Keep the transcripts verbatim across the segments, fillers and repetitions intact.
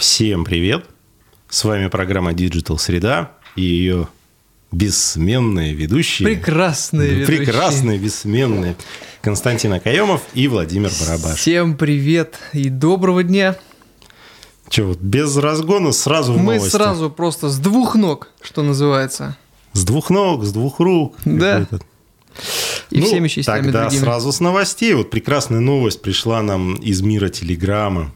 Всем привет! С вами программа Digital Среда и ее бессменные ведущие. Прекрасные ведущие. Прекрасные, бессменные. Константин Акаемов и Владимир Барабаш. Всем привет и доброго дня. Че, вот без разгона сразу в Мы новости? сразу просто с двух ног, что называется. С двух ног, с двух рук. Да. И ну, всеми частями тогда другими. Сразу с новостей. Вот прекрасная новость пришла нам из мира Телеграма.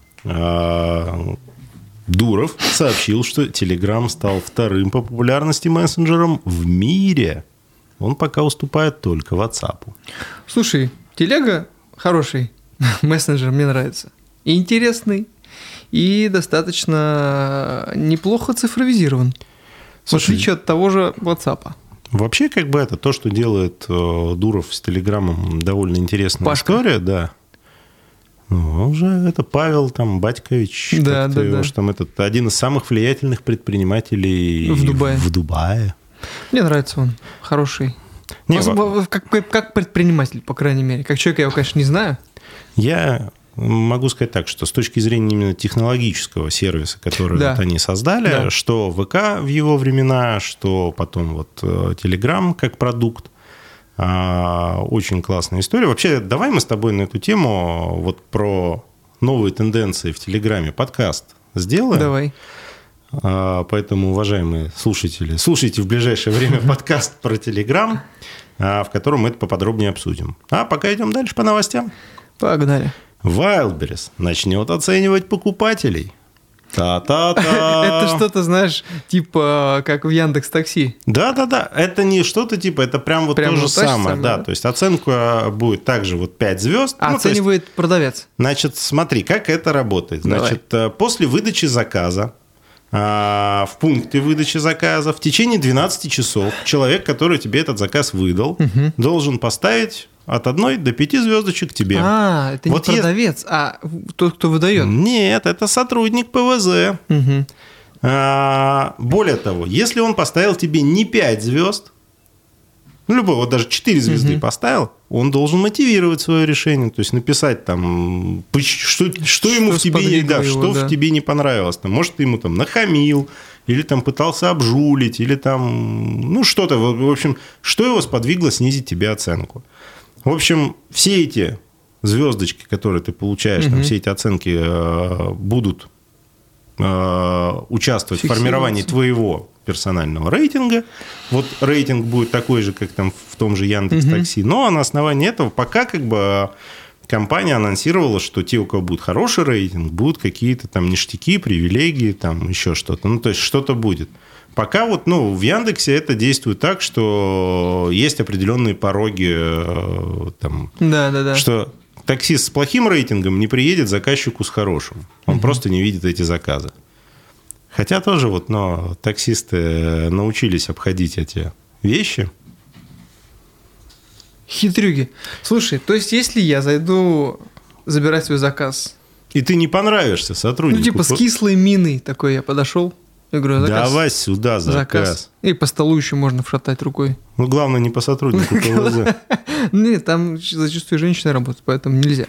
Дуров сообщил, что Telegram стал вторым по популярности мессенджером в мире. Он пока уступает только WhatsApp. Слушай, Телега хороший мессенджер, мне нравится. И интересный, и достаточно неплохо цифровизирован. Слушай, в отличие от того же WhatsApp. Вообще, как бы это то, что делает э, Дуров с Телеграмом, довольно интересная Пашка. история, да. Ну, уже это Павел там Батькович, да, как да, его, да. что там этот один из самых влиятельных предпринимателей в Дубае. В Дубае. Мне нравится он, хороший. Не, во... как, как предприниматель, по крайней мере. Как человек я его, конечно, не знаю. Я могу сказать так, что с точки зрения именно технологического сервиса, который да. вот они создали, да. что ВК в его времена, что потом вот Telegram как продукт, очень классная история. Вообще, давай мы с тобой на эту тему вот про новые тенденции в Телеграме подкаст сделаем. Давай. Поэтому, уважаемые слушатели, слушайте в ближайшее время подкаст про Телеграм, в котором мы это поподробнее обсудим. А пока идем дальше по новостям. Погнали. Wildberries начнет оценивать покупателей. Та-та-та. Это что-то, знаешь, типа как в Яндекс.Такси. Да-да-да, это не что-то типа, это прям вот прям то же вот самое. самое, да, да? то есть оценка будет также вот пять звезд. А ну, оценивает есть, продавец. Значит, смотри, как это работает. Значит, Давай. После выдачи заказа в пункте выдачи заказа в течение двенадцати часов человек, который тебе этот заказ выдал, угу. должен поставить от одной до пяти звездочек тебе. А, это вот не продавец, е... а тот, кто выдает. Нет, это сотрудник ПВЗ. Угу. А, более того, если он поставил тебе не пять звезд, ну, любой, вот даже четыре звезды угу. поставил, он должен мотивировать свое решение, то есть написать там, что, что, что ему в тебе, да, его, что да. в тебе не понравилось. Там, может, ты ему там нахамил, или там пытался обжулить, или там, ну, что-то, в общем, что его сподвигло снизить тебе оценку. В общем, все эти звездочки, которые ты получаешь, угу. там, все эти оценки э, будут э, участвовать в формировании твоего персонального рейтинга. Вот рейтинг будет такой же, как там в том же Яндекс.Такси. Угу. Но на основании этого пока как бы компания анонсировала, что те, у кого будет хороший рейтинг, будут какие-то там ништяки, привилегии, там еще что-то. Ну, то есть что-то будет. Пока вот, ну, в Яндексе это действует так, что есть определенные пороги, там, да, да, да. что таксист с плохим рейтингом не приедет заказчику с хорошим. Он угу. просто не видит эти заказы. Хотя тоже вот, но таксисты научились обходить эти вещи. Хитрюги. Слушай, то есть если я зайду забирать свой заказ... И ты не понравишься сотруднику. Ну, типа с кислой миной такой я подошел... Я говорю, заказ, давай сюда заказ. заказ. И по столу еще можно вшатать рукой. Ну, главное, не по сотруднику ПВЗ. Нет, там зачастую женщины работают, поэтому нельзя.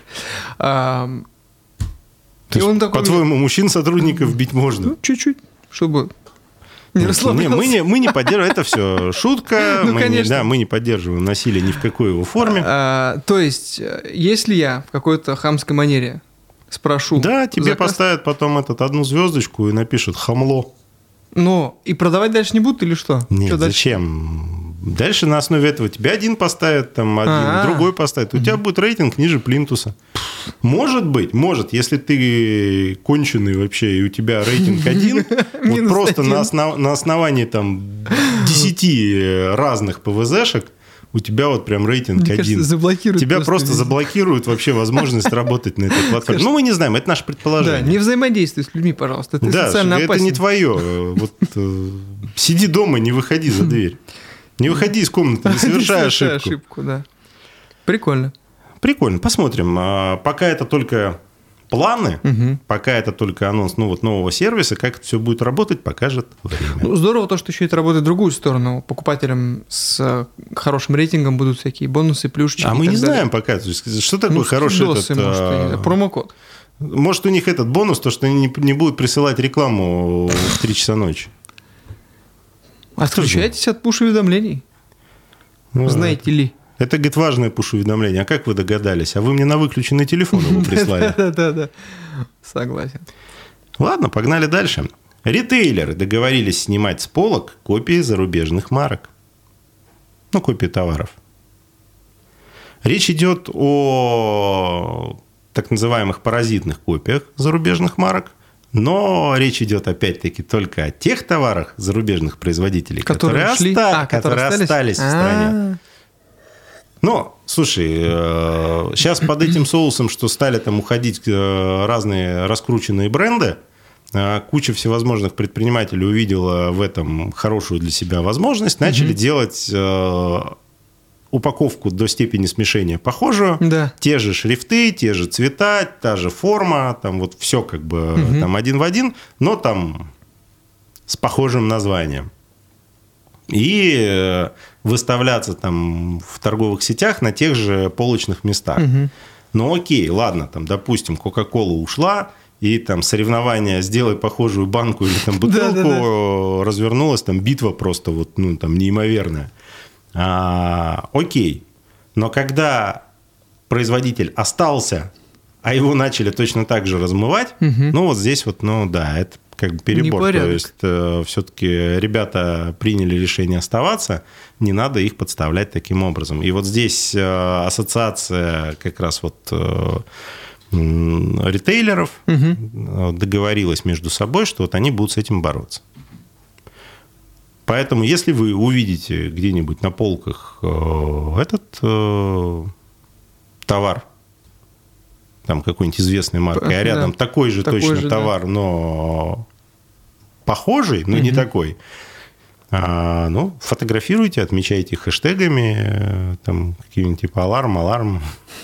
По-твоему, мужчин-сотрудников бить можно? Ну, чуть-чуть, чтобы не расслаблялся. Мы не поддерживаем, это все шутка. Мы не поддерживаем насилие ни в какой его форме. То есть, если я в какой-то хамской манере спрошу... Да, тебе поставят потом одну звездочку и напишут «хамло». Но и продавать дальше не будут или что? Нет, что зачем? Дальше? дальше на основе этого тебя один поставят, там один, А-а-а. другой поставят. У mm-hmm. тебя будет рейтинг ниже плинтуса. Может быть, может, если ты конченый вообще, и у тебя рейтинг один, вот просто на основании там десяти разных ПВЗшек у тебя вот прям рейтинг Мне один. Кажется, заблокируют тебя просто, просто заблокируют вообще возможность работать на этой платформе. Ну, мы не знаем, это наше предположение. Да, не взаимодействуй с людьми, пожалуйста. Это да, социально опасно. Это не твое. Вот, сиди дома, не выходи за дверь. Не выходи из комнаты, не совершай ошибку. ошибку, да. Прикольно. Прикольно. Посмотрим. Пока это только планы, угу. пока это только анонс ну, вот, нового сервиса, как это все будет работать, покажет время. Ну, здорово то, что еще это работает в другую сторону. Покупателям с хорошим рейтингом будут всякие бонусы, плюшечки. А мы не далее. знаем пока. То есть, что такое ну, хороший этот... Может, промокод. Может, у них этот бонус, то, что они не, не будут присылать рекламу в три часа ночи. Отключайтесь от пуш-уведомлений. Ну, знаете ли. Это, говорит, важное пуш-уведомление. А как вы догадались? А вы мне на выключенный телефон его прислали. Да-да-да. Согласен. Ладно, погнали дальше. Ритейлеры договорились снимать с полок копии зарубежных марок. Ну, копии товаров. Речь идет о так называемых паразитных копиях зарубежных марок, но речь идет опять-таки только о тех товарах зарубежных производителей, которые, которые, шли... оста... а, которые остались, остались в стране. Ну, слушай, сейчас под этим соусом, что стали там уходить разные раскрученные бренды, куча всевозможных предпринимателей увидела в этом хорошую для себя возможность, начали угу. делать упаковку до степени смешения похожую, да. те же шрифты, те же цвета, та же форма, там вот все как бы угу. там один в один, но там с похожим названием. И выставляться там в торговых сетях на тех же полочных местах. Угу. Ну окей, ладно, там, допустим, Кока-Кола ушла, и там соревнования «сделай похожую банку» или там бутылку, развернулась там битва просто вот, ну, там неимоверная. А, окей, но когда производитель остался, а его начали точно так же размывать, угу. ну вот здесь вот, ну да, это как бы перебор. То есть э, все-таки ребята приняли решение оставаться, не надо их подставлять таким образом. И вот здесь э, ассоциация как раз вот э, ритейлеров угу. договорилась между собой, что вот они будут с этим бороться. Поэтому, если вы увидите где-нибудь на полках э, этот э, товар, там какой-нибудь известной маркой, а рядом да. такой же такой точно же, товар, да. но похожий, но угу. не такой, а, ну, фотографируйте, отмечайте хэштегами, там какие-нибудь типа аларм, аларм.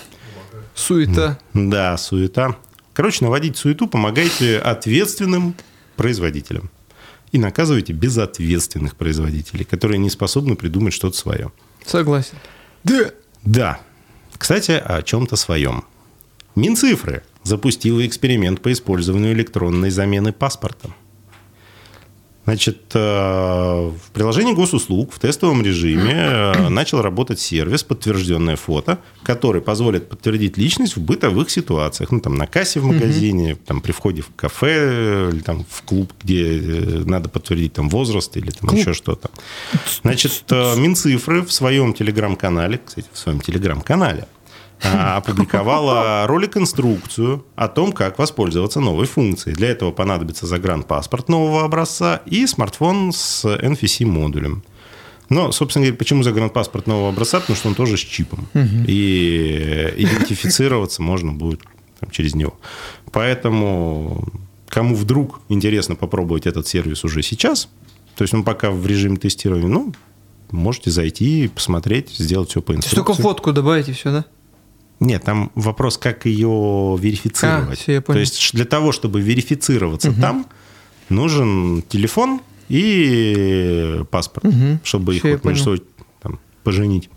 Суета. Да, суета. Короче, наводить суету помогайте ответственным производителям. И наказывайте безответственных производителей, которые не способны придумать что-то свое. Согласен. Да. Да. Кстати, о чем-то своем. Минцифры запустила эксперимент по использованию электронной замены паспорта. Значит, в приложении госуслуг в тестовом режиме начал работать сервис «Подтвержденное фото», который позволит подтвердить личность в бытовых ситуациях. Ну, там, на кассе в магазине, угу. там, при входе в кафе, или там, в клуб, где надо подтвердить там, возраст или там, еще что-то. Значит, Минцифры в своем телеграм-канале, кстати, в своем телеграм-канале, опубликовала ролик-инструкцию о том, как воспользоваться новой функцией. Для этого понадобится загранпаспорт нового образца и смартфон с эн эф си-модулем. Но, собственно говоря, почему загранпаспорт нового образца? Потому что он тоже с чипом. Угу. И идентифицироваться можно будет там, через него. Поэтому, кому вдруг интересно попробовать этот сервис уже сейчас, то есть он пока в режиме тестирования, ну, можете зайти, посмотреть, сделать все по инструкции. Только фотку добавить и все, да? Нет, там вопрос, как ее верифицировать. А, все, я понял. То есть для того, чтобы верифицироваться угу. там, нужен телефон и паспорт, угу. чтобы все, их вот между собой там, поженить.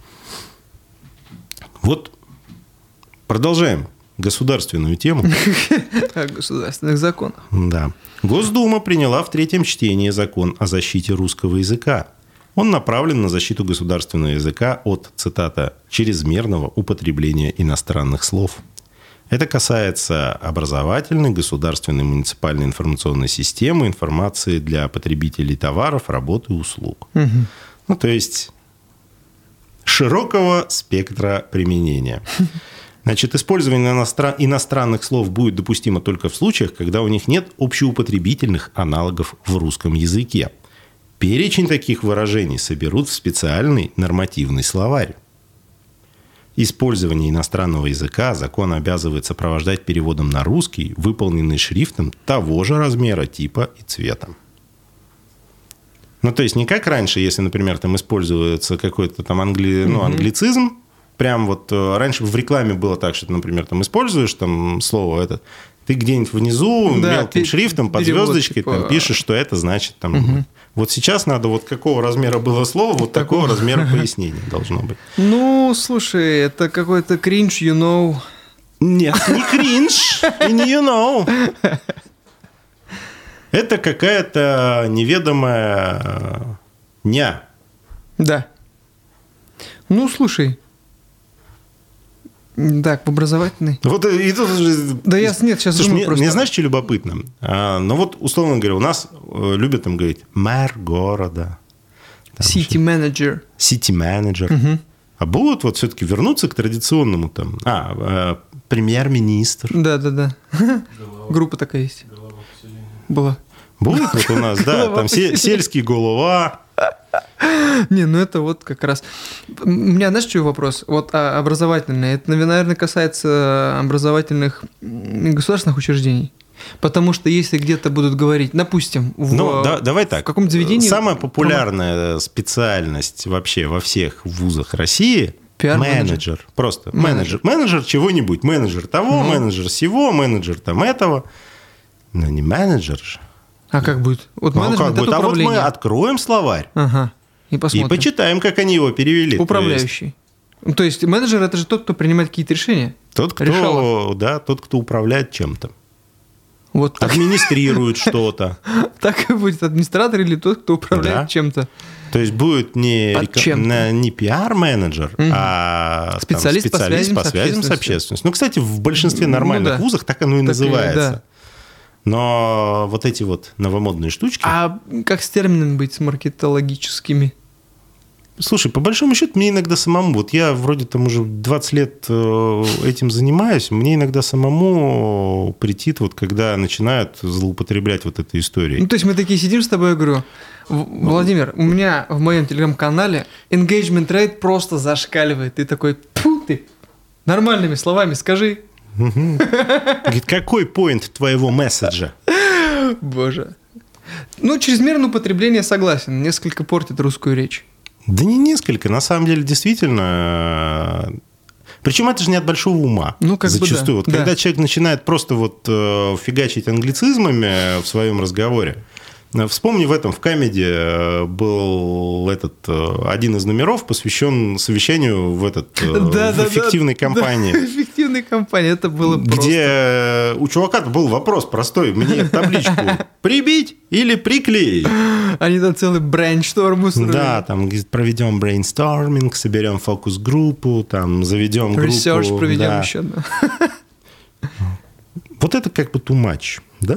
Вот продолжаем государственную тему. О государственных законах. Да. Госдума приняла в третьем чтении закон о защите русского языка. Он направлен на защиту государственного языка от, цитата, «чрезмерного употребления иностранных слов». Это касается образовательной, государственной, муниципальной информационной системы, информации для потребителей товаров, работ и услуг. Угу. Ну, то есть, широкого спектра применения. Значит, использование иностран... иностранных слов будет допустимо только в случаях, когда у них нет общеупотребительных аналогов в русском языке. Перечень таких выражений соберут в специальный нормативный словарь. Использование иностранного языка закон обязывает сопровождать переводом на русский, выполненный шрифтом того же размера, типа и цвета. Ну, то есть, не как раньше, если, например, там используется какой-то там англи... ну, англицизм, прям вот раньше в рекламе было так, что ты, например, там используешь там слово это, ты где-нибудь внизу да, мелким шрифтом под звездочкой типа... там, пишешь, что это значит там. Угу. Вот сейчас надо вот какого размера было слово, вот такого, такого размера пояснения должно быть. Ну, слушай, это какой-то кринж, you know. Нет, не кринж, и не you know. Это какая-то неведомая ня. Да. Ну, слушай. Так, в образовательной. Вот и тут же... Да я нет, сейчас Слушай, думаю мне, просто. мне знаешь, что любопытно? А, ну вот, условно говоря, у нас э, любят там говорить мэр города. Сити-менеджер. Сити-менеджер. Угу. А будут вот все-таки вернуться к традиционному там... А, э, премьер-министр. Да-да-да. Группа такая есть. Была. Будет вот у нас, да, там сельский голова. Не, ну это вот как раз... У меня, знаешь, что вопрос? Вот а, образовательный. Это, наверное, касается образовательных государственных учреждений. Потому что если где-то будут говорить, допустим, в, ну, да, давай так. в каком-то заведении... Самая популярная про... специальность вообще во всех вузах России – менеджер. Просто менеджер. Менеджер, менеджер чего-нибудь. Менеджер того, ну. менеджер сего, менеджер там этого. Но не менеджер же. А как будет? Вот ну, менеджмент как – это будет? управление. А вот мы откроем словарь ага. и посмотрим. И почитаем, как они его перевели. Управляющий. То есть, то есть менеджер – это же тот, кто принимает какие-то решения. Тот, кто, да, тот, кто управляет чем-то. Вот так. Администрирует что-то. Так и будет администратор или тот, кто управляет да. чем-то. То есть будет не, река... не пиар-менеджер, угу. а специалист, там, специалист по связям, по связям с общественностью. Ну, кстати, в большинстве нормальных ну, да. вузах так оно и так называется. И, да. Но вот эти вот новомодные штучки... А как с терминами быть, с маркетологическими? Слушай, по большому счету, мне иногда самому... Вот я вроде там уже двадцать лет этим занимаюсь, мне иногда самому претит, вот когда начинают злоупотреблять вот этой историей. Ну, то есть мы такие сидим с тобой, я говорю, Владимир, у меня в моем телеграм-канале engagement rate просто зашкаливает. Ты такой, пфу ты, нормальными словами скажи. Говорит, какой поинт твоего месседжа? Боже. Ну, чрезмерное употребление, согласен, несколько портит русскую речь. Да не несколько, на самом деле, действительно. Причем это же не от большого ума. Ну, как зачастую. бы да. Вот да. Когда человек начинает просто вот э, фигачить англицизмами в своем разговоре. Вспомни, в этом, в Камеди был этот, один из номеров, посвящен совещанию в, этот, да, в да, эффективной да, компании. Да, эффективной компании, это было где просто. Где у чувака был вопрос простой, мне табличку прибить или приклеить? Они там целый брейншторм устроили. Да, там проведем брейнсторминг, соберем фокус-группу, там заведем группу. Ресерч проведем да. еще. Да. Вот это как бы too much, да?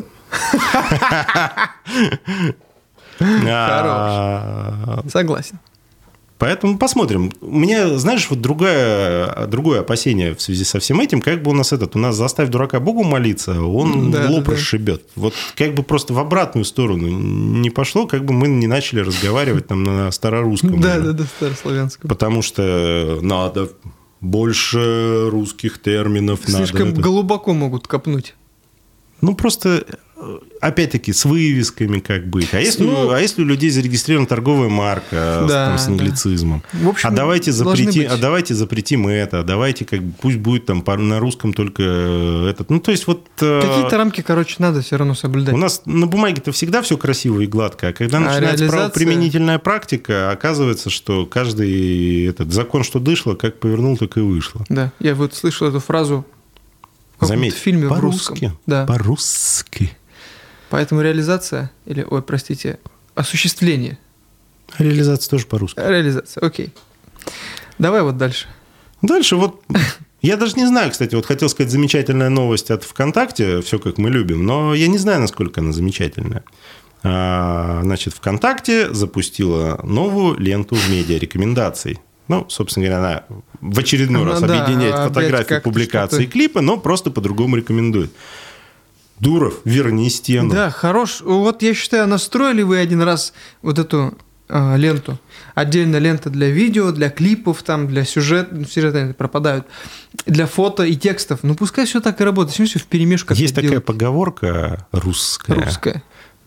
Хорош. Согласен. Поэтому посмотрим. У меня, знаешь, вот другое, другое опасение в связи со всем этим, как бы у нас этот, у нас заставь дурака Богу молиться, он да, лоб да, расшибет. Да. Вот как бы просто в обратную сторону не пошло, как бы мы не начали разговаривать там на старорусском. Да, да, да, старославянском. Потому что надо больше русских терминов. Слишком надо, глубоко могут копнуть. Ну, просто, опять-таки, с вывесками как быть. А если, ну, а если у людей зарегистрирована торговая марка да, там, с англицизмом? Да. В общем, а, давайте запрети, а давайте запретим это, а давайте как бы, пусть будет там на русском только этот. Ну, то есть вот... Какие-то рамки, короче, надо все равно соблюдать. У нас на бумаге-то всегда все красиво и гладко, а когда а начинается реализация... правоприменительная практика, оказывается, что каждый этот закон, что дышло, как повернул, так и вышло. Да, я вот слышал эту фразу... Заметь, в фильме по-русски. В русском. Да. По-русски. Поэтому реализация, или, ой, простите, осуществление. Реализация тоже по-русски. Реализация, окей. Давай вот дальше. Дальше вот... Я даже не знаю, кстати, вот хотел сказать замечательная новость от ВКонтакте, все как мы любим, но я не знаю, насколько она замечательная. Значит, ВКонтакте запустила новую ленту медиарекомендаций. Ну, собственно говоря, она в очередной ну, раз да, объединяет фотографии, публикации, клипы, но просто по-другому рекомендует. Дуров, верни стену. Да, хорош. Вот я считаю, настроили вы один раз вот эту э, ленту. Отдельно лента для видео, для клипов, там, для сюжета, сюжеты пропадают, для фото и текстов. Ну, пускай все так и работает. Все вперемешку. Есть такая делать. Поговорка русская. Русская.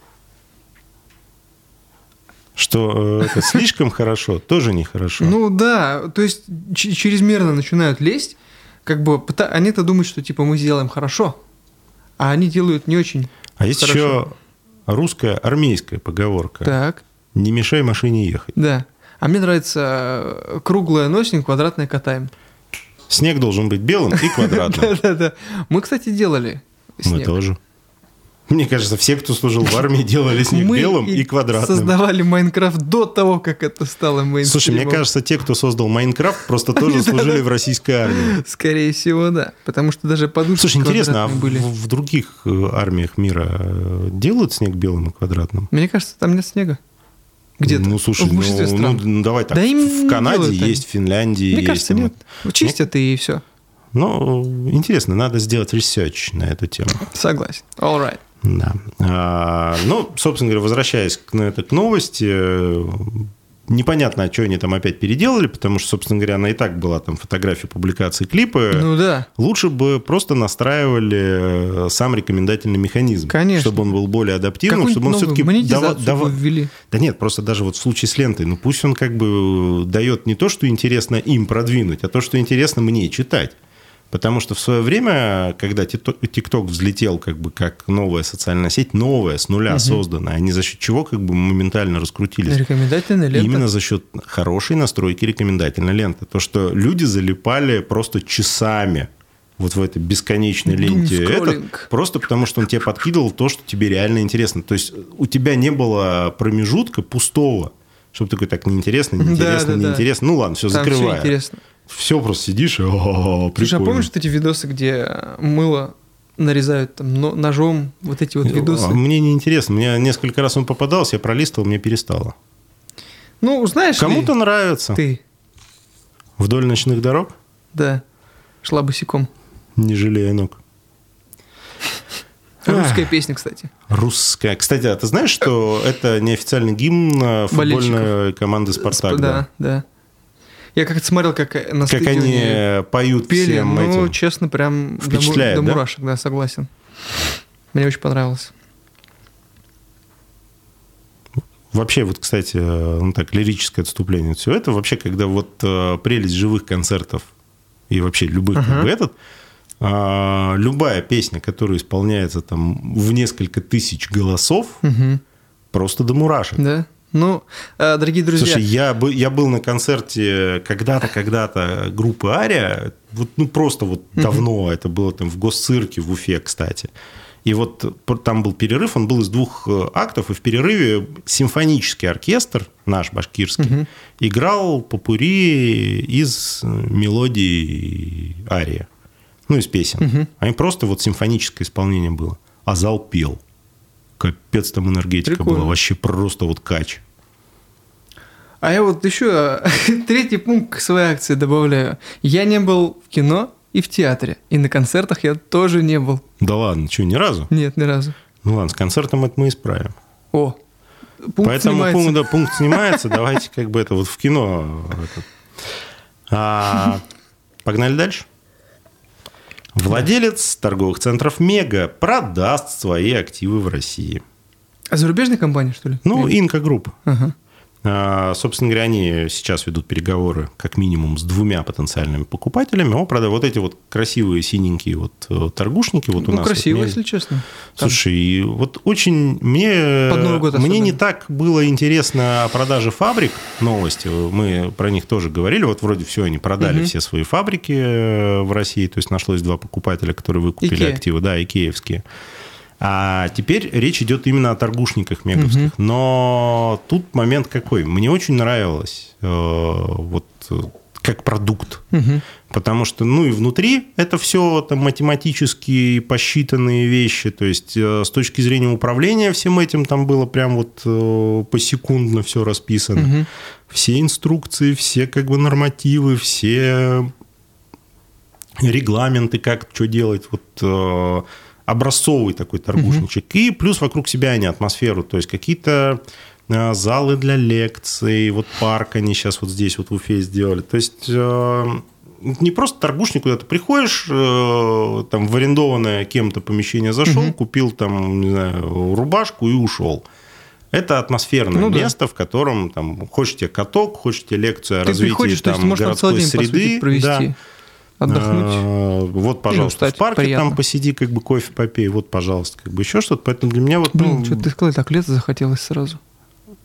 Что это слишком хорошо, тоже нехорошо. Ну да, то есть чрезмерно начинают лезть, как бы они-то думают, что типа мы сделаем хорошо, а они делают не очень А есть хорошо. еще русская армейская поговорка. Так. Не мешай машине ехать. Да. А мне нравится круглое носим, квадратное катаем. Снег должен быть белым и квадратным. Да-да-да. Мы, кстати, делали снег. Мы тоже. Мне кажется, все, кто служил в армии, делали снег Мы белым и квадратным. создавали Майнкрафт до того, как это стало мейнстримом. Слушай, мне кажется, те, кто создал Майнкрафт, просто тоже служили в российской армии. Скорее всего, да. Потому что даже подушки Слушай, интересно, а были. в, в других армиях мира делают снег белым и квадратным? Мне кажется, там нет снега. Где-то. Ну, слушай, в большинстве ну, стран. ну давай так. Да им в Канаде делают, есть, в Финляндии Мне есть. кажется, там- нет. Чистят и все. Ну, интересно, надо сделать ресерч на эту тему. Согласен. All right. Да. А, ну, собственно говоря, возвращаясь к, на это, к новости, э, непонятно, что они там опять переделали, потому что, собственно говоря, она и так была, там, фотографии, публикации, клипы. Ну да. Лучше бы просто настраивали сам рекомендательный механизм. Конечно. Чтобы он был более адаптивным, Какую-нибудь чтобы он новую все-таки монетизацию давал... бы ввели. Да нет, просто даже вот в случае с лентой, ну пусть он как бы дает не то, что интересно им продвинуть, а то, что интересно мне читать. Потому что в свое время, когда ТикТок взлетел как бы как новая социальная сеть, новая, с нуля угу. созданная, они за счет чего как бы моментально раскрутились? Рекомендательная лента. Именно за счет хорошей настройки рекомендательной ленты. То, что люди залипали просто часами вот в этой бесконечной ленте. Это просто потому, что он тебе подкидывал то, что тебе реально интересно. То есть у тебя не было промежутка пустого, чтобы такой так неинтересно, неинтересно, да, да, неинтересно. Да. Ну ладно, все, там закрываю. Все интересно. Все просто сидишь и о-о-о, прикольно. Слушай, а помнишь вот эти видосы, где мыло нарезают там ножом, вот эти вот видосы? Мне не интересно. Мне несколько раз он попадался, я пролистывал, мне перестало. Ну, знаешь Кому-то ли, нравится. Ты. Вдоль ночных дорог? Да. Шла босиком. Не жалея ног. Русская Ах. песня, кстати. Русская. Кстати, а ты знаешь, что это неофициальный гимн футбольной команды «Спартак»? Да, да. Я как-то смотрел, как на Как они поют пели, всем ну, этим. честно, прям впечатляет, до, да? до мурашек, да, согласен. Мне очень понравилось. Вообще, вот, кстати, ну так, лирическое отступление от всего этого, вообще, когда вот прелесть живых концертов и вообще любых, uh-huh. как бы этот, а, любая песня, которая исполняется там в несколько тысяч голосов, uh-huh. просто до мурашек. Да. Ну, дорогие друзья... Слушай, я, бы, я был на концерте когда-то, когда-то группы «Ария», вот, ну, просто вот uh-huh. давно, это было там в Госцирке в Уфе, кстати. И вот там был перерыв, он был из двух актов, и в перерыве симфонический оркестр, наш башкирский, uh-huh. играл попурри из мелодий «Ария», ну, из песен. Uh-huh. Они просто вот симфоническое исполнение было, а зал пел. Капец, там энергетика Прикольно. Была, вообще просто вот кач. А я вот еще третий пункт к своей акции добавляю. Я не был в кино и в театре, и на концертах я тоже не был. Да ладно, что, ни разу? Нет, ни разу. Ну ладно, с концертом это мы исправим. О, пункт Поэтому снимается. Пункт, да, пункт снимается, давайте как бы это вот в кино. А, погнали дальше. Владелец торговых центров «Мега» продаст свои активы в России. А зарубежная компания, что ли? Ну, Инка Групп. Ага. А, собственно говоря, они сейчас ведут переговоры как минимум с двумя потенциальными покупателями. О, правда, вот эти вот красивые синенькие вот торгушники вот у ну, нас. красиво, вот, если честно. Слушай, Там... вот очень мне, мне не так было интересно о продаже фабрик, новости. Мы про них тоже говорили. Вот вроде все, они продали угу. все свои фабрики в России. То есть нашлось два покупателя, которые выкупили Икея. активы. Да, икеевские. А теперь речь идет именно о торгушниках меговских. Угу. Но тут момент какой? Мне очень нравилось э, вот как продукт. Угу. Потому что, ну, и внутри это все там математически посчитанные вещи. То есть э, с точки зрения управления всем этим там было прям вот э, посекундно все расписано. Угу. Все инструкции, все как бы нормативы, все регламенты, как что делать. Вот... Э, образцовый такой торгушничек. Uh-huh. И плюс вокруг себя они атмосферу. То есть какие-то э, залы для лекций, вот парк они сейчас вот здесь вот в Уфе сделали. То есть э, не просто торгушник, куда ты приходишь, э, там в арендованное кем-то помещение зашел, uh-huh. купил там, не знаю, рубашку и ушел. Это атмосферное ну, место, да. в котором там хочешь тебе каток, хочешь тебе лекцию о ты развитии там, городской день, среды. По сути, да. Отдохнуть. А, вот, пожалуйста, в парке приятно. Там посиди, как бы кофе попей, вот, пожалуйста, как бы еще что-то. Поэтому для меня вот... Блин, ну... что ты сказал, так лето захотелось сразу.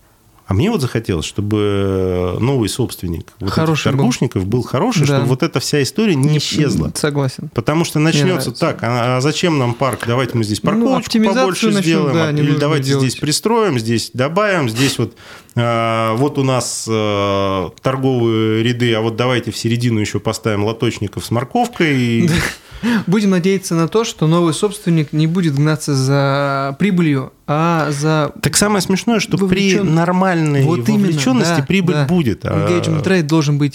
А мне вот захотелось, чтобы новый собственник вот этих торгушников был, был хороший, да. чтобы вот эта вся история не исчезла. Согласен. Потому что начнется так, а зачем нам парк? Давайте мы здесь парковочку ну, побольше начнем, сделаем, да, или давайте делать. Здесь пристроим, здесь добавим, здесь вот, э, вот у нас э, торговые ряды, а вот давайте в середину еще поставим лоточников с морковкой. Будем надеяться на то, что новый собственник не будет гнаться за прибылью, а за... Так самое смешное, что Вовлечен... при нормальной вот вовлеченности да, прибыль да. будет. Engagement rate должен быть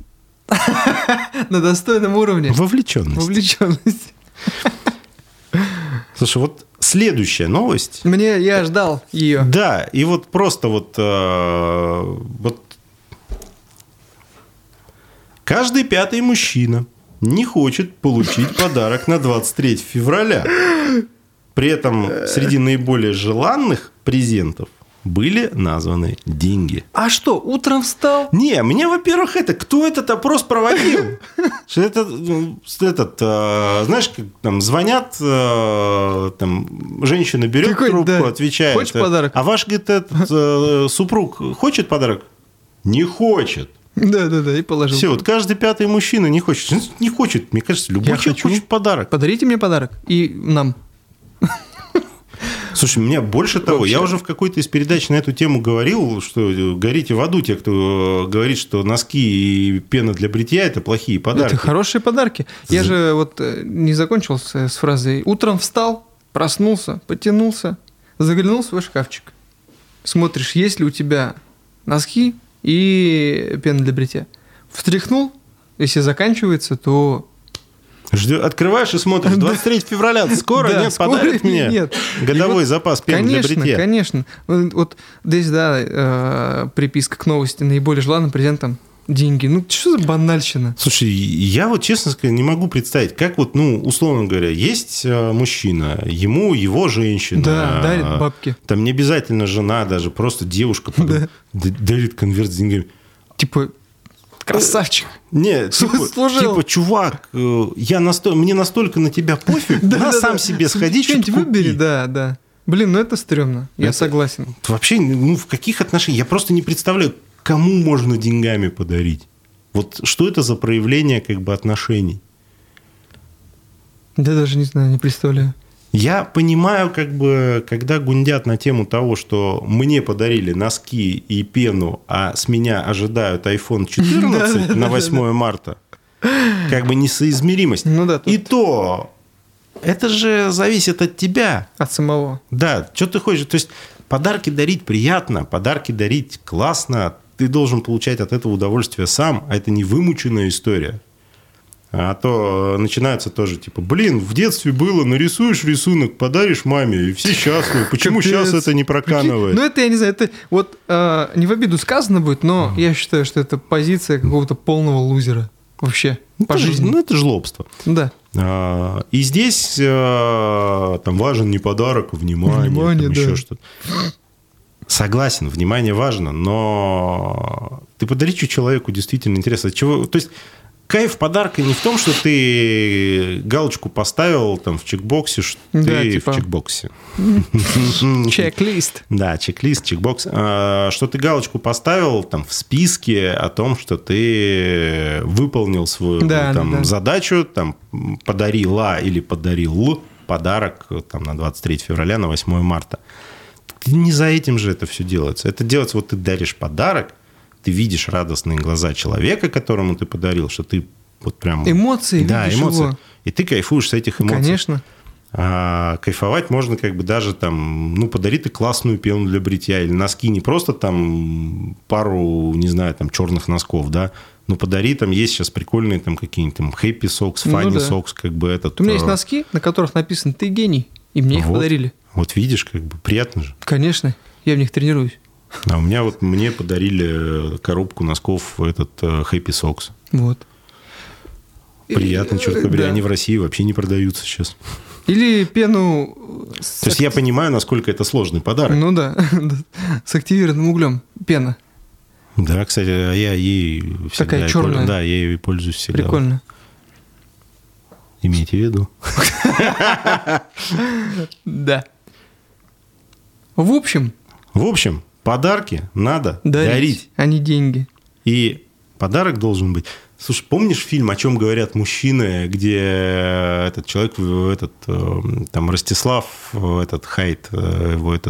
на достойном уровне. Вовлеченность. Вовлеченность. Слушай, вот следующая новость. Мне, я ждал ее. Да, и вот просто вот, э, вот каждый пятый мужчина не хочет получить подарок на двадцать третьего февраля. При этом среди наиболее желанных презентов были названы деньги. А что, утром встал? Не, мне, во-первых, это... Кто этот опрос проводил? Что это, этот, знаешь, как там звонят, там женщина берет трубку, отвечает. Хочешь подарок? А ваш, говорит, этот супруг хочет подарок? Не хочет. Да, да, да, и положил. Все, вот каждый пятый мужчина не хочет. Не хочет, мне кажется, любой Я человек хочу. хочет подарок. Подарите мне подарок. И нам. Слушай, меня больше того, Вообще. я уже в какой-то из передач на эту тему говорил, что горите в аду те, кто говорит, что носки и пена для бритья – это плохие подарки. Это хорошие подарки. Я За... же вот не закончил с фразой «Утром встал, проснулся, потянулся, заглянул в свой шкафчик». Смотришь, есть ли у тебя носки и пена для бритья. Встряхнул, если заканчивается, то... Ждё, открываешь и смотришь, двадцать третьего февраля, скоро да, нет, скоро подарит мне нет. годовой вот, запас пены конечно, для бритья. Конечно, конечно. Вот здесь, да, э, приписка к новости, наиболее желанным презентом деньги. Ну, что за банальщина? Слушай, я вот, честно сказать, не могу представить, как вот, ну, условно говоря, есть мужчина, ему его женщина. Да, дарит бабки. Там не обязательно жена, даже просто девушка да. дарит конверт с деньгами. Типа... Красавчик. Нет, типа, типа, чувак, я насто... мне настолько на тебя пофиг, да, на да, сам да. себе сходи, что-нибудь выбери, да, да. Блин, ну это стрёмно, я это... согласен. Вообще, ну в каких отношениях? Я просто не представляю, кому можно деньгами подарить. Вот что это за проявление как бы отношений? Да даже не знаю, не представляю. Я понимаю, как бы, когда гундят на тему того, что мне подарили носки и пену, а с меня ожидают айфон четырнадцать на восьмое марта, как бы несоизмеримость. Ну да, тут... И то это же зависит от тебя. От самого. Да, что ты хочешь. То есть подарки дарить приятно, подарки дарить классно. Ты должен получать от этого удовольствие сам, а это не вымученная история. А то начинается тоже, типа, блин, в детстве было, нарисуешь рисунок, подаришь маме, и все счастливы. Почему Капец. Сейчас это не проканывает? Ну, это, я не знаю, это вот э, не в обиду сказано будет, но mm. я считаю, что это позиция какого-то полного лузера вообще ну, по жизни. Же, ну, это жлобство. Да. А, и здесь а, там важен не подарок, а внимание, внимание там, да. еще что-то. Согласен, внимание важно, но ты подари человеку действительно интересно. Чего, то есть... Кайф подарка не в том, что ты галочку поставил там в чекбоксе, что да, ты типа... в чекбоксе. Чек-лист. Да, чек-лист, чекбокс. Что ты галочку поставил там в списке о том, что ты выполнил свою да, там, да, да. задачу, там, подарила или подарил подарок там, на двадцать третьего февраля, на восьмое марта. Не за этим же это все делается. Это делается, вот ты даришь подарок, ты видишь радостные глаза человека, которому ты подарил, что ты вот прям... Эмоции, да, видишь эмоции. его. И ты кайфуешь с этих эмоций. Конечно. А кайфовать можно как бы даже там, ну, подари ты классную пену для бритья или носки, не просто там пару, не знаю, там черных носков, да, но подари там, есть сейчас прикольные там какие-нибудь там Happy Socks, Funny ну, да. Socks, как бы этот... У меня есть носки, на которых написано «Ты гений», и мне их вот, подарили. Вот видишь, как бы приятно же. Конечно, я в них тренируюсь. А у меня вот мне подарили коробку носков этот Happy Socks. Вот. Приятно, черт побери, да. Они в России вообще не продаются сейчас. Или пену... С... То есть я понимаю, насколько это сложный подарок. Ну да, с активированным углем пена. Да, кстати, я ей всегда... Такая черная. Да, я ей пользуюсь всегда. Прикольно. Имейте в виду. Да. В общем... В общем, Подарки надо дарить. дарить. А не деньги. И подарок должен быть... Слушай, помнишь фильм «О чем говорят мужчины», где этот человек, этот, там, Ростислав, этот Хайт, его этот...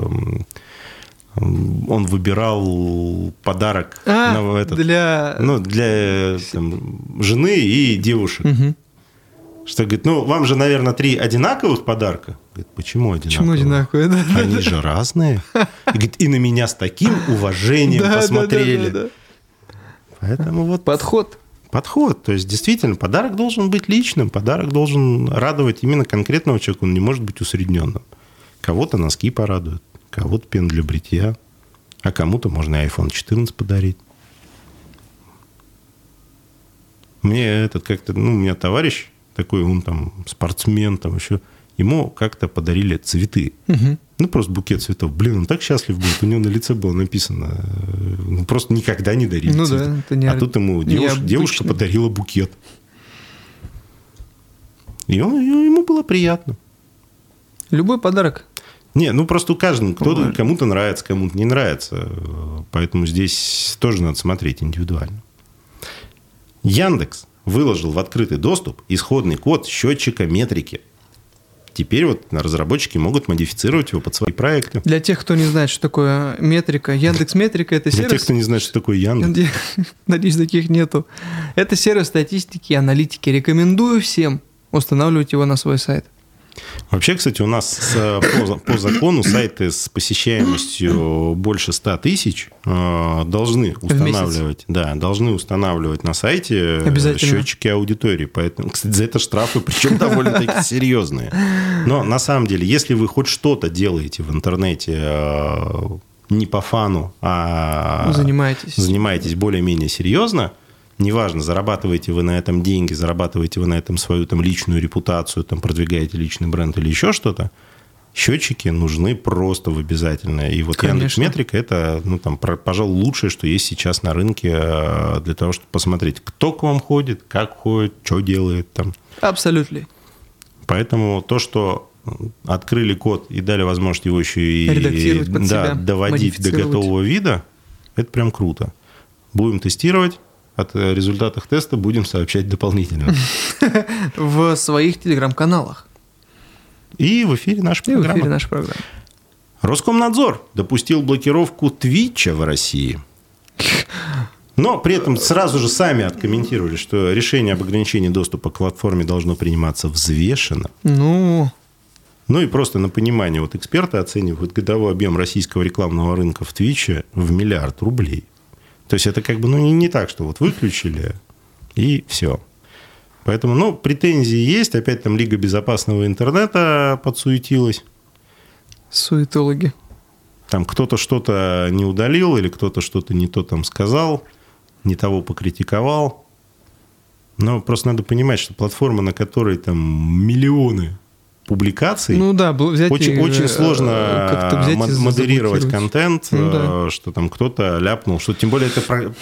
Он выбирал подарок а, на этот, для... Ну, для там, жены и девушек. Угу. Что, говорит, ну, вам же, наверное, три одинаковых подарка. Говорит, почему одинаковые? Почему одинаковые? Да, Они да, же разные. И, говорит, и на меня с таким уважением да, посмотрели. Да, да, да, да. Поэтому вот... Подход. Подход. То есть, действительно, подарок должен быть личным. Подарок должен радовать именно конкретного человека. Он не может быть усредненным. Кого-то носки порадуют, кого-то пен для бритья, а кому-то можно и айфон четырнадцать подарить. Мне этот как-то... Ну, у меня товарищ такой, он там спортсмен, там еще... Ему как-то подарили цветы. Угу. Ну, просто букет цветов. Блин, он так счастлив был. У него на лице было написано... Ну, просто никогда не дарили ну, цветы. Да, это не... А тут ему девуш... девушка подарила букет. И он... ему было приятно. Любой подарок. Не, ну просто у каждого, кто-то, кому-то нравится, кому-то не нравится. Поэтому здесь тоже надо смотреть индивидуально. Яндекс выложил в открытый доступ исходный код счетчика метрики. Теперь вот разработчики могут модифицировать его под свои проекты. Для тех, кто не знает, что такое метрика, Яндекс Метрика – это сервис... Для тех, кто не знает, что такое Яндекс. Надеюсь, таких нету. Это сервис статистики и аналитики. Рекомендую всем устанавливать его на свой сайт. Вообще, кстати, у нас по, по закону сайты с посещаемостью больше ста тысяч должны устанавливать, да, должны устанавливать на сайте счетчики аудитории. Поэтому, кстати, за это штрафы, причем довольно-таки серьезные. Но на самом деле, если вы хоть что-то делаете в интернете не по фану, а занимаетесь, занимаетесь более-менее серьезно, неважно, зарабатываете вы на этом деньги, зарабатываете вы на этом свою там, личную репутацию, там, продвигаете личный бренд или еще что-то, счетчики нужны просто в обязательно. И вот Яндекс.Метрика – это, ну, там, пожалуй, лучшее, что есть сейчас на рынке для того, чтобы посмотреть, кто к вам ходит, как ходит, что делает там. Абсолютно. Поэтому то, что открыли код и дали возможность его еще и редактировать под да, себя, доводить до готового вида, это прям круто. Будем тестировать. От результатов теста будем сообщать дополнительно. В своих телеграм-каналах. И в эфире нашей программы. И в эфире нашей программы. Роскомнадзор допустил блокировку Твича в России. Но при этом сразу же сами откомментировали, что решение об ограничении доступа к платформе должно приниматься взвешенно. Ну... Ну и просто на понимание. Вот эксперты оценивают годовой объем российского рекламного рынка в Твиче в миллиард рублей. То есть, это как бы ну, не, не так, что вот выключили, и все. Поэтому, ну, претензии есть. Опять там Лига безопасного интернета подсуетилась. Суетологи. Там кто-то что-то не удалил, или кто-то что-то не то там сказал, не того покритиковал. Но просто надо понимать, что платформа, на которой там миллионы публикаций, ну, да, взять очень, и, очень сложно взять модерировать контент, ну, да. что там кто-то ляпнул, что тем более это,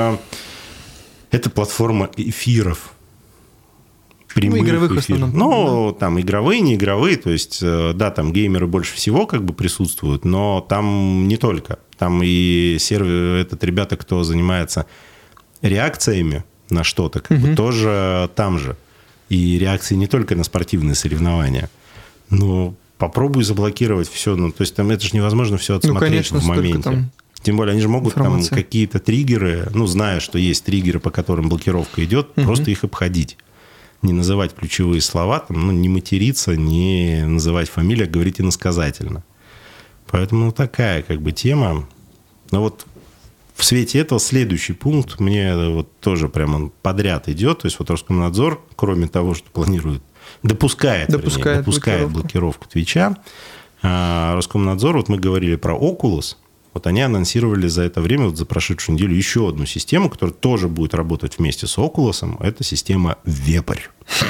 это платформа эфиров. Прямых ну, игровых эфиров. в основном. Ну, там игровые, не игровые, то есть, да, там геймеры больше всего как бы присутствуют, но там не только. Там и сервер, этот ребята, кто занимается реакциями на что-то, как угу. бы тоже там же. И реакции не только на спортивные соревнования. Но попробуй заблокировать все. Ну, то есть, там это же невозможно все отсмотреть ну, конечно, в моменте. Там Тем более, они же могут информация. Там какие-то триггеры, ну, зная, что есть триггеры, по которым блокировка идет, угу. просто их обходить. Не называть ключевые слова, там, ну, не материться, не называть фамилию, а говорить иносказательно. Поэтому ну, такая как бы тема. Но вот в свете этого следующий пункт мне вот тоже прямо подряд идет. То есть вот Роскомнадзор, кроме того, что планирует, допускает, допускает, вернее, допускает блокировку Твича, Роскомнадзор, вот мы говорили про Oculus, вот они анонсировали за это время, вот за прошедшую неделю, еще одну систему, которая тоже будет работать вместе с Oculus. Это система Вепрь.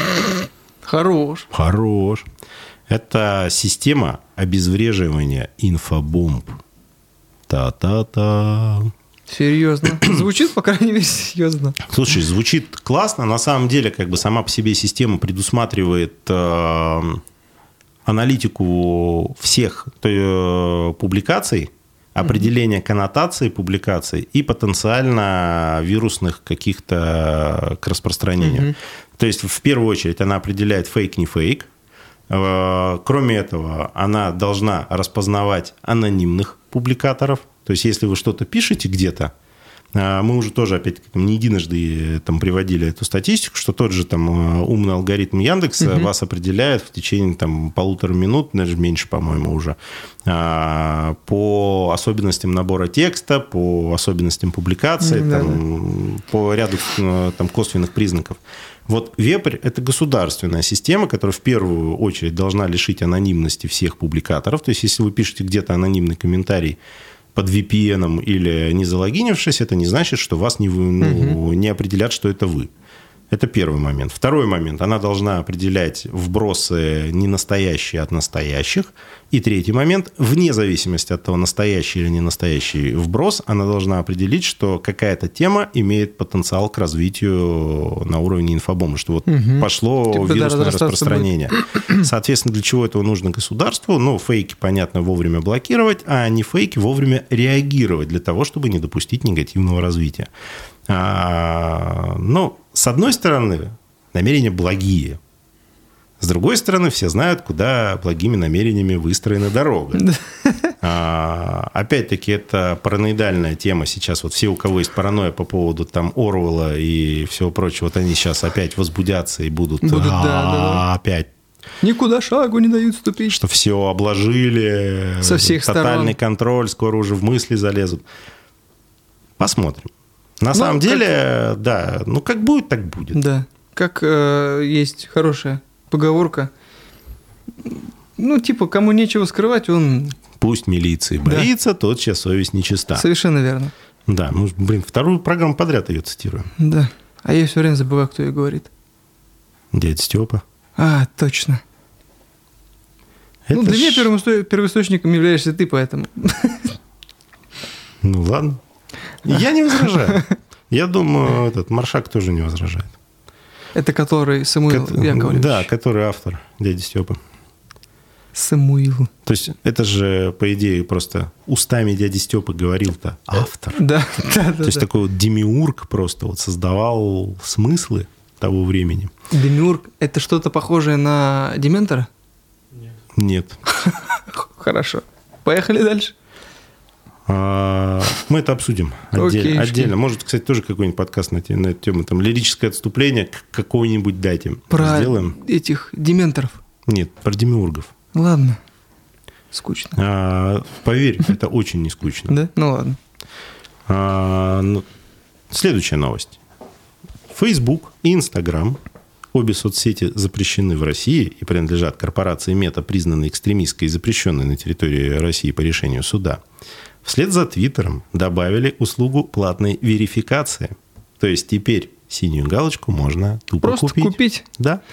Хорош. Хорош. Это система обезвреживания инфобомб. Та-та-та. Серьезно. Звучит, по крайней мере, серьезно. Слушай, звучит классно. На самом деле, как бы сама по себе система предусматривает э, аналитику всех э, публикаций. определение коннотации публикаций и потенциально вирусных каких-то к распространению. Mm-hmm. То есть, в первую очередь, она определяет фейк, не фейк. Кроме этого, она должна распознавать анонимных публикаторов. То есть, если вы что-то пишете где-то, мы уже тоже, опять-таки, не единожды там приводили эту статистику, что тот же там умный алгоритм Яндекса угу. вас определяет в течение там, полутора минут, даже меньше, по-моему, уже, по особенностям набора текста, по особенностям публикации, да, там, да. по ряду там, косвенных признаков. Вот Вепрь – это государственная система, которая в первую очередь должна лишить анонимности всех публикаторов. То есть, если вы пишете где-то анонимный комментарий под ви пи эн или не залогинившись, это не значит, что вас не, ну, угу. не определят, что это вы. Это первый момент. Второй момент. Она должна определять вбросы не настоящие от настоящих. И третий момент. Вне зависимости от того, настоящий или не настоящий вброс, она должна определить, что какая-то тема имеет потенциал к развитию на уровне инфобомбы, что вот угу. пошло типа, вирусное да, распространение. Будет. Соответственно, для чего этого нужно государству? Ну, фейки, понятно, вовремя блокировать, а не фейки вовремя реагировать для того, чтобы не допустить негативного развития. А, ну, с одной стороны, намерения благие. С другой стороны, все знают, куда благими намерениями выстроена дорога. А, опять-таки, это параноидальная тема. Сейчас вот все, у кого есть паранойя по поводу там Оруэлла и всего прочего, вот они сейчас опять возбудятся и будут, будут да, да. опять. Никуда шагу не дают ступить. Что все обложили. Со всех тотальный сторон. Контроль, скоро уже в мысли залезут. Посмотрим. На ну, самом деле, как... да, ну как будет, так будет. Да, как э, есть хорошая поговорка, ну типа, кому нечего скрывать, он... Пусть милиции боится, да. тот, чья совесть нечиста. Совершенно верно. Да, ну, блин, вторую программу подряд ее цитирую. Да, а я все время забываю, кто ее говорит. Дядя Степа. А, точно. Это ну, для ж... меня первоисточником являешься ты, поэтому... Ну, ладно. Я не возражаю. Я думаю, этот Маршак тоже не возражает. Это который Самуил Ко- Яковлевич? Да, который автор, дядя Степа. Самуил. То есть это же, по идее, просто устами дяди Степы говорил-то автор. Да, да, да. То есть да. такой вот демиург просто вот создавал смыслы того времени. Демиург – это что-то похожее на Дементора? Нет. Нет. Хорошо. Поехали дальше. Мы это обсудим отдельно. отдельно. Может, кстати, тоже какой-нибудь подкаст на, на эту тему. Там лирическое отступление к какой-нибудь дате. Про сделаем. Этих дементоров? Нет, про демиургов. Ладно. Скучно. А, поверь, это очень не скучно. Да? Ну ладно. А, ну, следующая новость. Facebook и Instagram, обе соцсети запрещены в России и принадлежат корпорации Мета, признанной экстремистской и запрещенной на территории России по решению суда. Вслед за Твиттером добавили услугу платной верификации. То есть теперь синюю галочку можно тупо Просто купить. Просто купить? Да.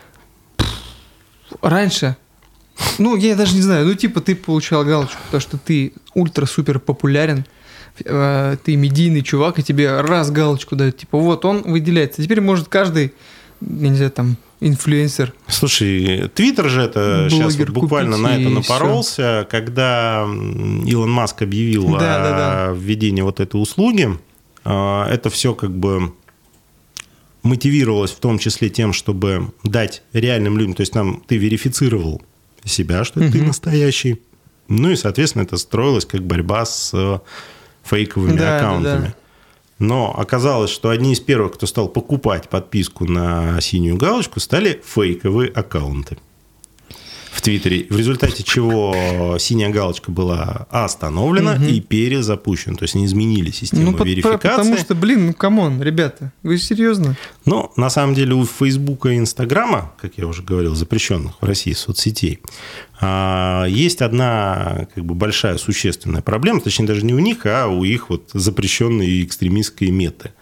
Раньше, ну, я даже не знаю, ну, типа ты получал галочку, потому что ты ультра-супер популярен, ты медийный чувак, и тебе раз галочку дают, типа вот он выделяется. Теперь может каждый, я не знаю, там, инфлюенсер. Слушай, Твиттер же это сейчас вот буквально на это напоролся, все. Когда Илон Маск объявил да, о да, да. введении вот этой услуги. Это все как бы мотивировалось в том числе тем, чтобы дать реальным людям, то есть нам ты верифицировал себя, что угу. ты настоящий. Ну и, соответственно, это строилось как борьба с фейковыми да, аккаунтами. Да, да. Но оказалось, что одни из первых, кто стал покупать подписку на синюю галочку, стали фейковые аккаунты в Твиттере. В результате чего синяя галочка была остановлена угу. и перезапущена. То есть они изменили систему ну, верификации. Потому что, блин, ну камон, ребята, вы серьезно? Но на самом деле у Фейсбука и Инстаграма, как я уже говорил, запрещенных в России соцсетей, есть одна как бы большая существенная проблема, точнее даже не у них, а у их вот запрещенной экстремистской меты.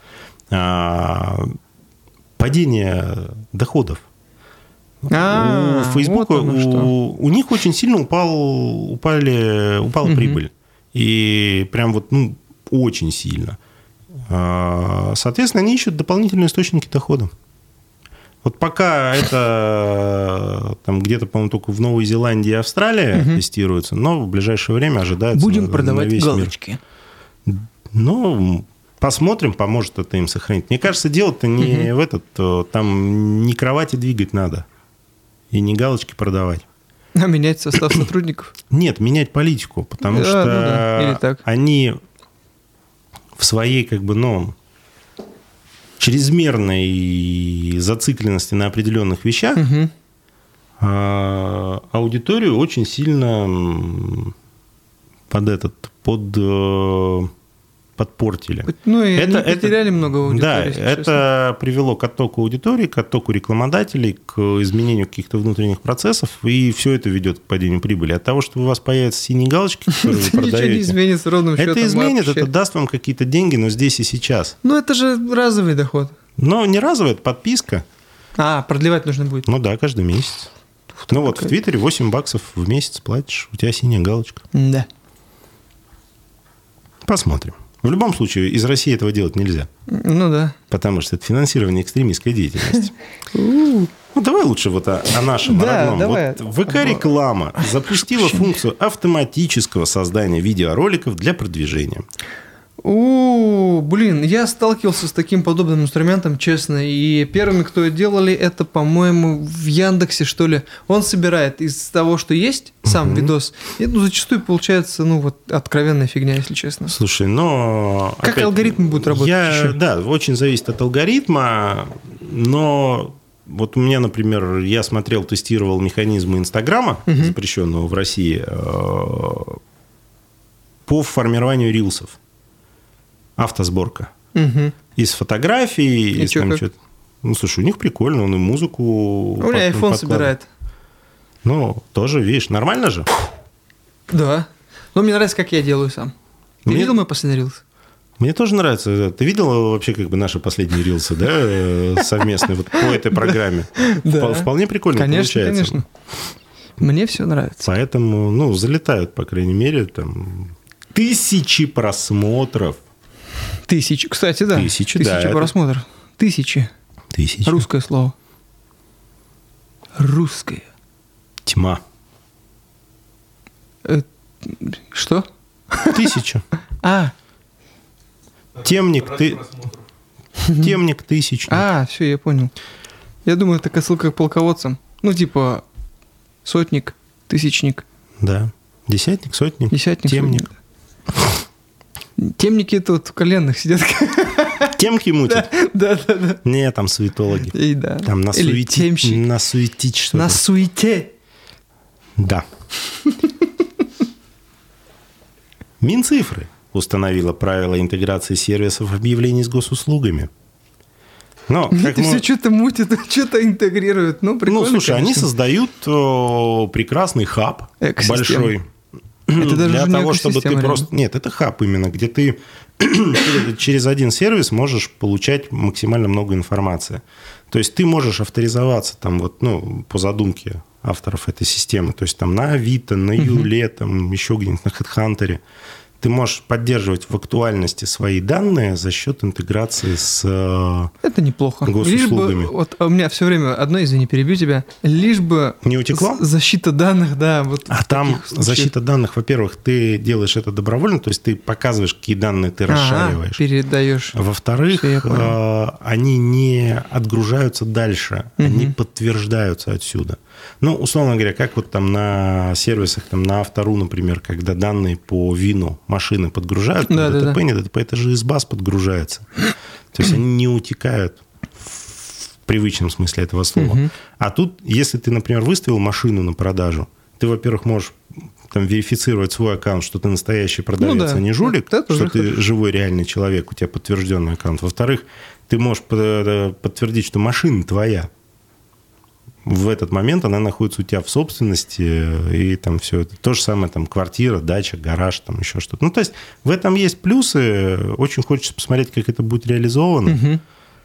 Падение доходов. А, у Фейсбука вот у, у них очень сильно упал, упали, упала угу. прибыль. И прям вот ну, очень сильно. Соответственно, они ищут дополнительные источники дохода. Вот пока это там где-то, по-моему, только в Новой Зеландии и Австралии угу. тестируется, но в ближайшее время ожидается Будем на, продавать на весь галочки. Мир. Ну, посмотрим, поможет это им сохранить. Мне кажется, дело-то не угу. в этот, там не кровати двигать надо и не галочки продавать. А менять состав сотрудников? Нет, менять политику, потому да, что ну да. Или так. Они в своей, как бы, ну, чрезмерной зацикленности на определенных вещах угу. аудиторию очень сильно под этот, под... подпортили. Ну, и это, они потеряли это, много аудитории. Да, это честно. Привело к оттоку аудитории, к оттоку рекламодателей, к изменению каких-то внутренних процессов, и все это ведет к падению прибыли. От того, что у вас появятся синие галочки, которые вы продаете, ничего не изменится ровным счетом. Это изменит, это даст вам какие-то деньги, но здесь и сейчас. Ну, это же разовый доход. Но не разовый, это подписка. А, продлевать нужно будет. Ну да, каждый месяц. Ну вот в Твиттере восемь баксов в месяц платишь, у тебя синяя галочка. Да. Посмотрим. В любом случае, из России этого делать нельзя. Ну да. Потому что это финансирование экстремистской деятельности. Ну, давай лучше вот о, о нашем да, родном. Давай. Вот ВК-реклама запустила функцию автоматического создания видеороликов для продвижения. У, блин, я сталкивался с таким подобным инструментом, честно, и первыми, кто делали это, по-моему, в Яндексе, что ли. Он собирает из того, что есть, сам угу. видос, и ну, зачастую получается, ну, вот, откровенная фигня, если честно. Слушай, но... Как опять, алгоритмы будут работать я, еще? Да, очень зависит от алгоритма, но... Вот у меня, например, я смотрел, тестировал механизмы Инстаграма, угу. запрещенного в России, по формированию рилсов. Автосборка. Угу. Из фотографий. И из там что-то. Ну, слушай, у них прикольно, он и музыку... У меня iPhone собирает. Ну, тоже, видишь, нормально же? Да. Но мне нравится, как я делаю сам. Ты мне... видел мой последний рилс? Мне тоже нравится. Ты видел вообще как бы наши последние рилсы, да, совместные вот по этой программе? Да. Вполне прикольно конечно, получается. Конечно, мне все нравится. Поэтому, ну, залетают, по крайней мере, там тысячи просмотров. Тысячи, кстати, да. Тысячи, Тысячи да. просмотров. Это... Тысячи. Тысячи. Русское слово. Русское. Тьма. Э, что? Тысяча. А. Темник, ты... Темник тысячник. А, все, я понял. Я думаю, это отсылка к полководцам. Ну, типа, сотник, тысячник. Да. Десятник, сотник, Десятник, темник. Сотник. Темники это вот в коленных сидят. Темки мутят? Да, да, да. Не, там суетологи. И да. Там насуетить, насуетить что-то. На суете. Да. Минцифры установила правила интеграции сервисов объявлений с госуслугами. Но, как мы... все что-то мутят, что-то интегрируют. Ну, прикольно, Ну, слушай, конечно. они создают о, прекрасный хаб экосистема. Большой. Это даже для не того, чтобы ты реально. просто... Нет, это хаб именно, где ты через один сервис можешь получать максимально много информации. То есть ты можешь авторизоваться там вот, ну, по задумке авторов этой системы. То есть там на Авито, на Юле, там еще где-нибудь на HeadHunter. Ты можешь поддерживать в актуальности свои данные за счет интеграции с это неплохо. госуслугами. Лишь бы, вот у меня все время одно, извини, перебью тебя, лишь бы не утекло? Защита данных, да. Вот а там защита данных, во-первых, ты делаешь это добровольно, то есть ты показываешь, какие данные ты расшариваешь. Ага, передаешь. Во-вторых, они не отгружаются дальше, угу. они подтверждаются отсюда. Ну, условно говоря, как вот там на сервисах, там на Автору, например, когда данные по вину машины подгружают, да, ДТП, да, да. не ДТП, это же из баз подгружается. То есть они не утекают в привычном смысле этого слова. Угу. А тут, если ты, например, выставил машину на продажу, ты, во-первых, можешь там верифицировать свой аккаунт, что ты настоящий продавец, ну, да. а не жулик, это что ты хорошо. Живой реальный человек, у тебя подтвержденный аккаунт. Во-вторых, ты можешь подтвердить, что машина твоя. В этот момент она находится у тебя в собственности, и там все это. То же самое, там, квартира, дача, гараж, там еще что-то. Ну, то есть, в этом есть плюсы. Очень хочется посмотреть, как это будет реализовано. Угу.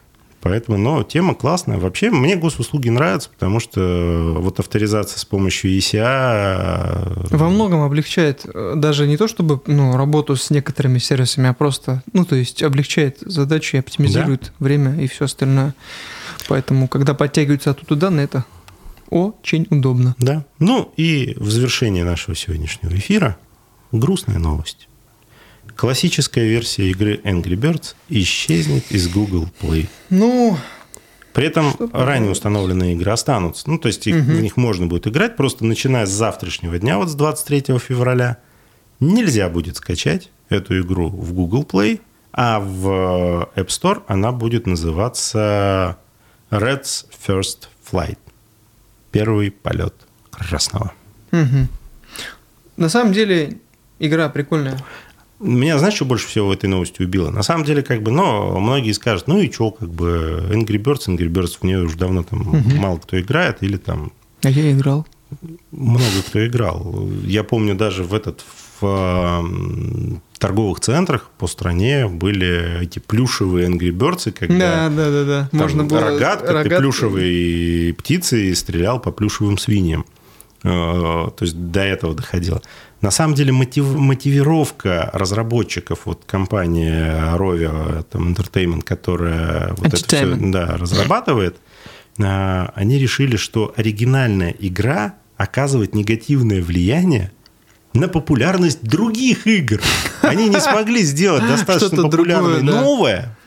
Поэтому, но тема классная. Вообще, мне госуслуги нравятся, потому что вот авторизация с помощью и си эй... Во многом облегчает даже не то, чтобы ну, работу с некоторыми сервисами, а просто, ну, то есть облегчает задачи, оптимизирует да? время и все остальное. Поэтому, когда подтягиваются оттуда данные, это очень удобно. Да. Ну, и в завершении нашего сегодняшнего эфира грустная новость. Классическая версия игры Angry Birds исчезнет из Google Play. Ну, при этом ранее установленные игры останутся. Ну, то есть их, угу. в них можно будет играть, просто начиная с завтрашнего дня, вот с двадцать третьего февраля, нельзя будет скачать эту игру в Google Play, а в App Store она будет называться Red's First Flight. Первый полет красного. Угу. На самом деле игра прикольная. Меня, знаешь, что больше всего в этой новости убило? На самом деле, как бы, ну, многие скажут, ну и что, как бы, Angry Birds, Angry Birds, в нее уже давно там угу. мало кто играет, или там... А я играл. Много кто играл. Я помню, даже в этот, в торговых центрах по стране были эти плюшевые Angry Birds, когда да, да, да, да. Можно было рогатка, рогатка, ты плюшевые птицы и стрелял по плюшевым свиньям. То есть до этого доходило. На самом деле мотив, мотивировка разработчиков, вот компания Rovio там, Entertainment, которая вот это все да, разрабатывает, они решили, что оригинальная игра оказывает негативное влияние на популярность других игр. Они не смогли сделать достаточно популярное новое,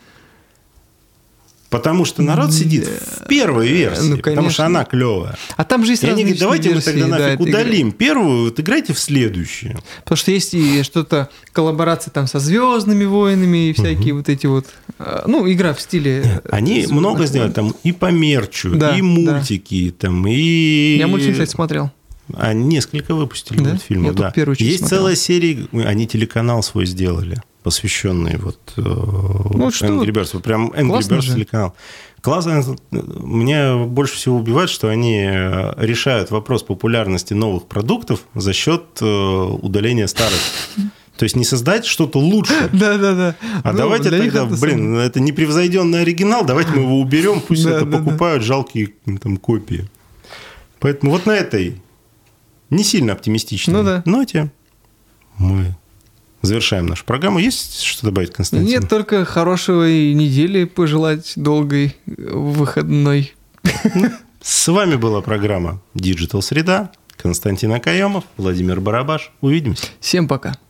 потому что народ сидит в первой версии, ну, потому что она клевая. А там же есть и они говорят, давайте версии, мы тогда нафиг да, удалим игры. Первую, вот играйте в следующую. Потому что есть и что-то, коллаборации там со «Звездными войнами» и всякие угу. вот эти вот... Ну, игра в стиле... Нет, они много сделали там и по мерчу, да, и мультики, да. там, и... Я мультфильм, кстати, смотрел. Они несколько выпустили да? мультфильмов, да. Есть смотрел. Целая серия, они телеканал свой сделали, посвященный вот ну, Angry Birds. Вот прям Angry Birds телеканал. Классно. Меня больше всего убивает, что они решают вопрос популярности новых продуктов за счет удаления старых. То есть не создать что-то лучше. Да-да-да. А ну, давайте тогда, блин, сам... это непревзойденный оригинал, давайте мы его уберем, пусть да, это да, покупают да. жалкие там, копии. Поэтому вот на этой не сильно оптимистичной ну, да. ноте мы завершаем нашу программу. Есть что добавить, Константин? Нет, только хорошей недели пожелать, долгой, выходной. С вами была программа Digital Среда. Константин Акаемов, Владимир Барабаш. Увидимся. Всем пока.